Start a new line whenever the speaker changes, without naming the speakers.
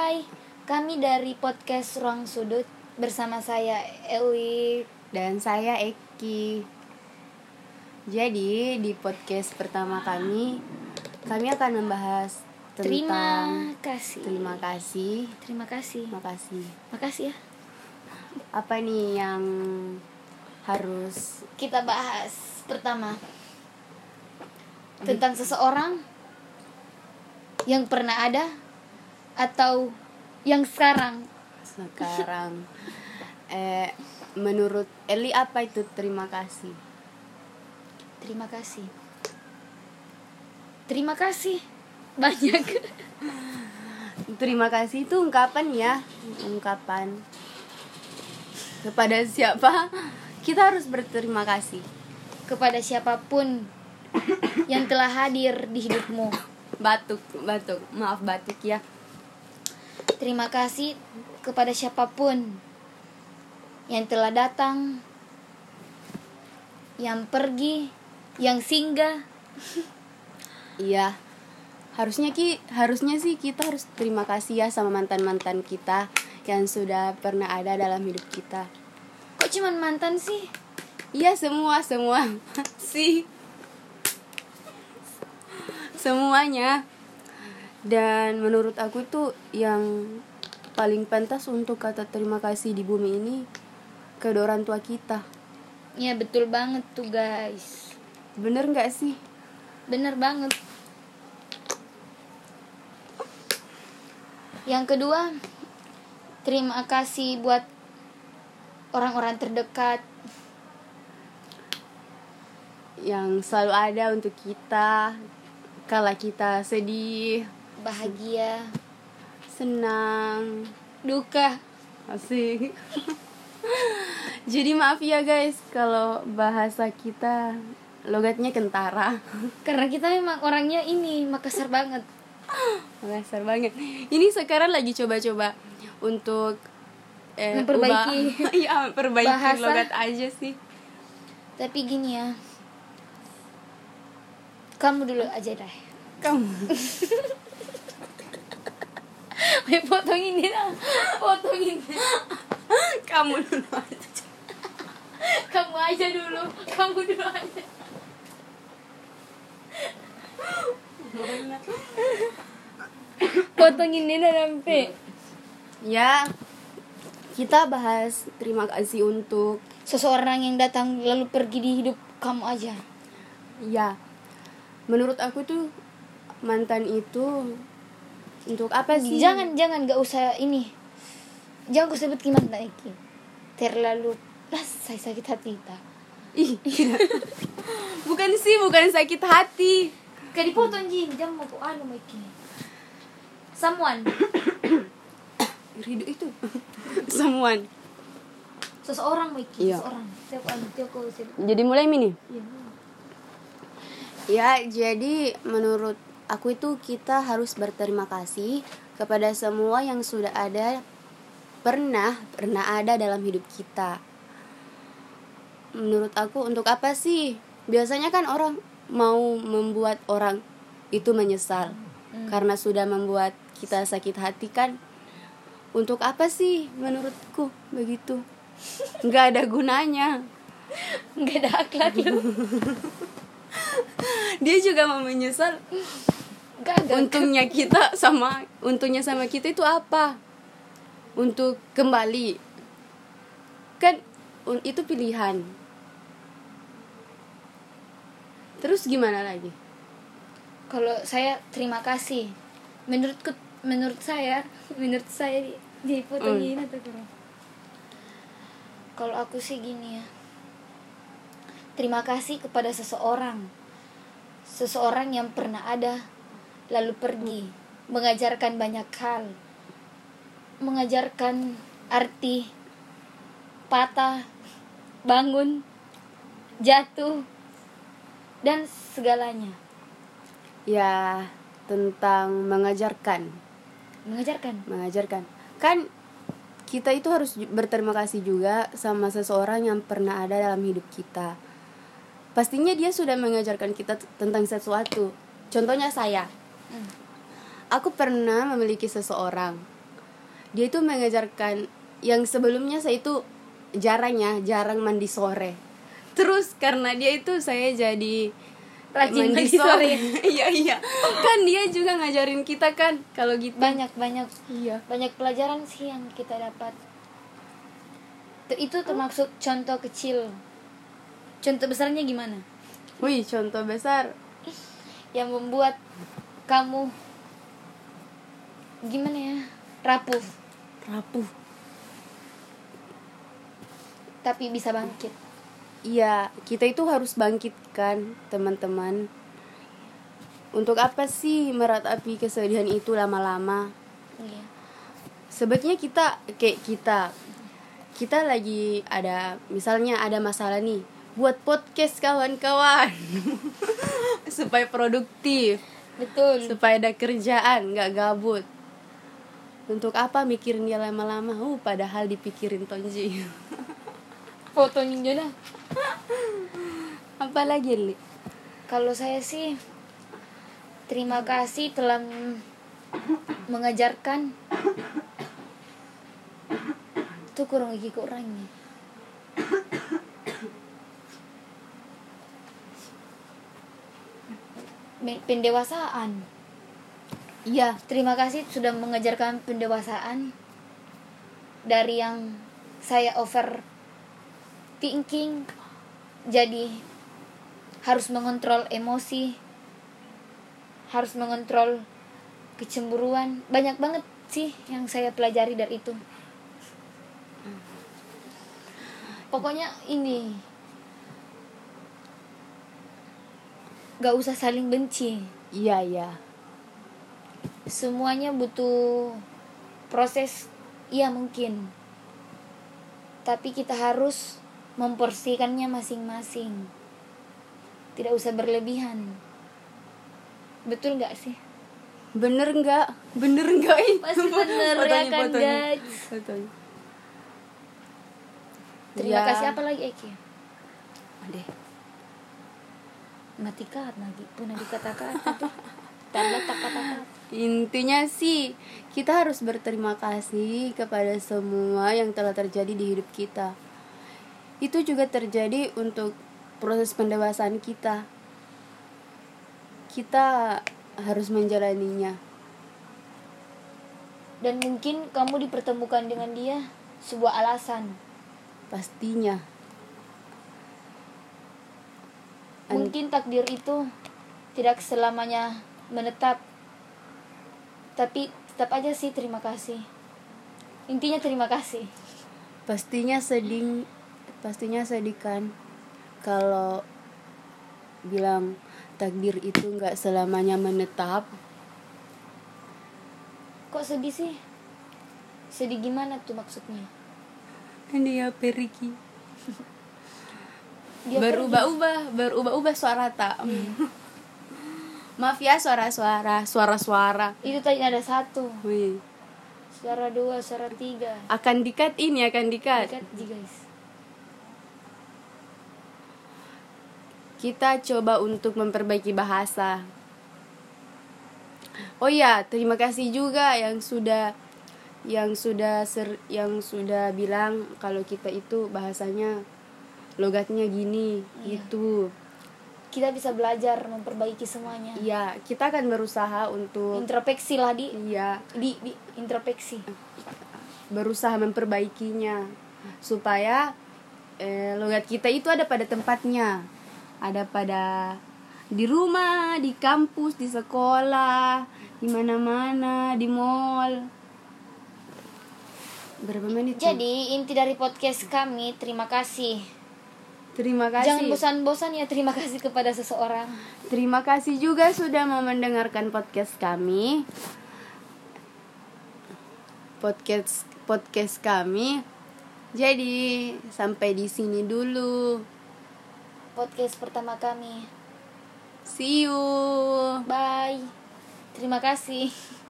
Hai, kami dari podcast Ruang Sudut bersama saya Ewi
dan saya Eki. Jadi di podcast pertama kami akan membahas tentang
Terima kasih ya.
Apa nih yang harus
Kita bahas pertama tentang seseorang yang pernah ada atau yang sekarang.
Menurut Eli apa itu terima kasih?
Terima kasih banyak.
Terima kasih itu ungkapan kepada siapa kita harus berterima kasih.
Kepada siapapun yang telah hadir di hidupmu.
Batuk, maaf batuk ya.
Terima kasih kepada siapapun yang telah datang, yang pergi, yang singgah.
Iya. Harusnya sih kita harus terima kasih ya sama mantan-mantan kita yang sudah pernah ada dalam hidup kita.
Kok cuman mantan sih?
Iya, semua sih. Semuanya. Dan menurut aku itu yang paling pantas untuk kata terima kasih di bumi ini ke orang tua kita.
Ya betul banget tuh guys.
Bener gak sih?
Bener banget. Yang kedua, terima kasih buat orang-orang terdekat
yang selalu ada untuk kita kala kita sedih,
bahagia,
senang,
duka.
asik. Jadi maaf ya guys kalau bahasa kita logatnya kentara.
Karena kita memang orangnya ini Makassar banget.
Ini sekarang lagi coba-coba untuk
memperbaiki
perbaiki logat aja sih.
Tapi gini ya, kamu dulu aja deh.
Kamu
potongin.
Kamu dulu aja.
Kamu dulu aja. Potongin Nina sampai.
Ya, kita bahas terima kasih untuk
seseorang yang datang lalu pergi di hidup kamu aja.
Ya, menurut aku tuh mantan itu untuk apa sih?
Jangan gak usah ini. Jangan aku sebut gimana lagi. Terlalu saya sakit hati kita.
Ih, bukan sakit hati.
Kayak dipotong jing, jangan mau Miki. Someone.
Ridho itu. Someone.
Seseorang Miki,
iya.
Seseorang. Tiap aku.
Jadi mulai Mini.
Iya.
Ya, jadi menurut aku itu kita harus berterima kasih kepada semua yang sudah ada pernah ada dalam hidup kita. Menurut aku untuk apa sih? Biasanya kan orang mau membuat orang itu menyesal karena sudah membuat kita sakit hati kan. Untuk apa sih menurutku begitu? Nggak ada gunanya.
Nggak ada akhlak lu.
Dia juga mau menyesal. Untungnya sama kita itu apa? Untuk kembali. Kan itu pilihan. Terus gimana lagi?
Kalau saya terima kasih. Menurut saya dipotongin atau kurang. Kalau aku sih gini ya. Terima kasih kepada seseorang yang pernah ada lalu pergi, mengajarkan banyak hal, mengajarkan arti patah, bangun, jatuh, dan segalanya.
Ya, tentang mengajarkan. Kan kita itu harus berterima kasih juga sama seseorang yang pernah ada dalam hidup kita. Pastinya dia sudah mengajarkan kita tentang sesuatu. Contohnya saya. Aku pernah memiliki seseorang dia itu mengajarkan yang sebelumnya saya itu jarang mandi sore. Terus karena dia itu saya jadi
Rajin mandi sore.
Iya. Kan dia juga ngajarin kita kan kalau gitu.
Banyak
Iya.
banyak pelajaran sih yang kita dapat. Itu termasuk contoh kecil. Contoh besarnya gimana?
Wih, contoh besar
Yang membuat kamu gimana ya? Rapuh tapi bisa bangkit.
Iya, kita itu harus bangkitkan, teman-teman. Untuk apa sih meratapi kesedihan itu lama-lama?
Iya.
Sebaiknya kita lagi ada, misalnya ada masalah nih, buat podcast kawan-kawan. Supaya produktif,
Betul.
supaya ada kerjaan, nggak gabut. Untuk apa mikirin dia lama-lama? Padahal dipikirin Tonji.
Fotonya jodoh.
Apa lagi, Li?
Kalau saya sih terima kasih telah mengajarkan. Tuh kurang gigi orangnya. Pendewasaan.
Iya,
Terima kasih sudah mengajarkan pendewasaan. Dari yang saya overthinking jadi harus mengontrol emosi, harus mengontrol kecemburuan. Banyak banget sih yang saya pelajari dari itu. Pokoknya ini, gak usah saling benci.
iya.
Semuanya butuh proses, iya mungkin. Tapi kita harus memporsikannya masing-masing. Tidak usah berlebihan. Betul gak sih?
Bener nggak ini?
Pasti bener ya kan, guys.
Fotonya.
Terima
Ya.
kasih. Apa lagi Eki?
Adeh.
Mati kat lagi. Pernah dikata-kata tuh. Tanda kata-kata.
Intinya sih kita harus berterima kasih kepada semua yang telah terjadi di hidup kita. Itu juga terjadi untuk proses pendewasaan kita. Kita harus menjalaninya.
Dan mungkin kamu dipertemukan dengan dia sebuah alasan.
Pastinya.
Mungkin takdir itu tidak selamanya menetap. Tapi tetap aja sih terima kasih. Intinya terima kasih.
Pastinya sedih kan kalau bilang takdir itu nggak selamanya menetap.
Kok sedih sih? Sedih gimana tuh maksudnya?
Dia pergi.
Dia
berubah suara tak. Maaf ya suara.
Itu tadi ada 1,
Wih.
suara 2, suara 3.
Akan dikat.
Dekat ji guys.
Kita coba untuk memperbaiki bahasa. Oh iya, terima kasih juga yang sudah bilang kalau kita itu bahasanya logatnya gini,
Iya.
gitu.
Kita bisa belajar memperbaiki semuanya.
Iya, kita akan berusaha untuk
Introspeksi lah di introspeksi.
berusaha memperbaikinya supaya logat kita itu ada pada tempatnya, ada pada di rumah, di kampus, di sekolah, di mana-mana, di mall. Berapa menit?
Jadi inti dari podcast kami, terima kasih.
Terima kasih.
Jangan bosan-bosan ya terima kasih kepada seseorang.
Terima kasih juga sudah mau mendengarkan podcast kami. Podcast kami. Jadi sampai di sini dulu.
Podcast pertama kami.
See you.
Bye. Terima kasih.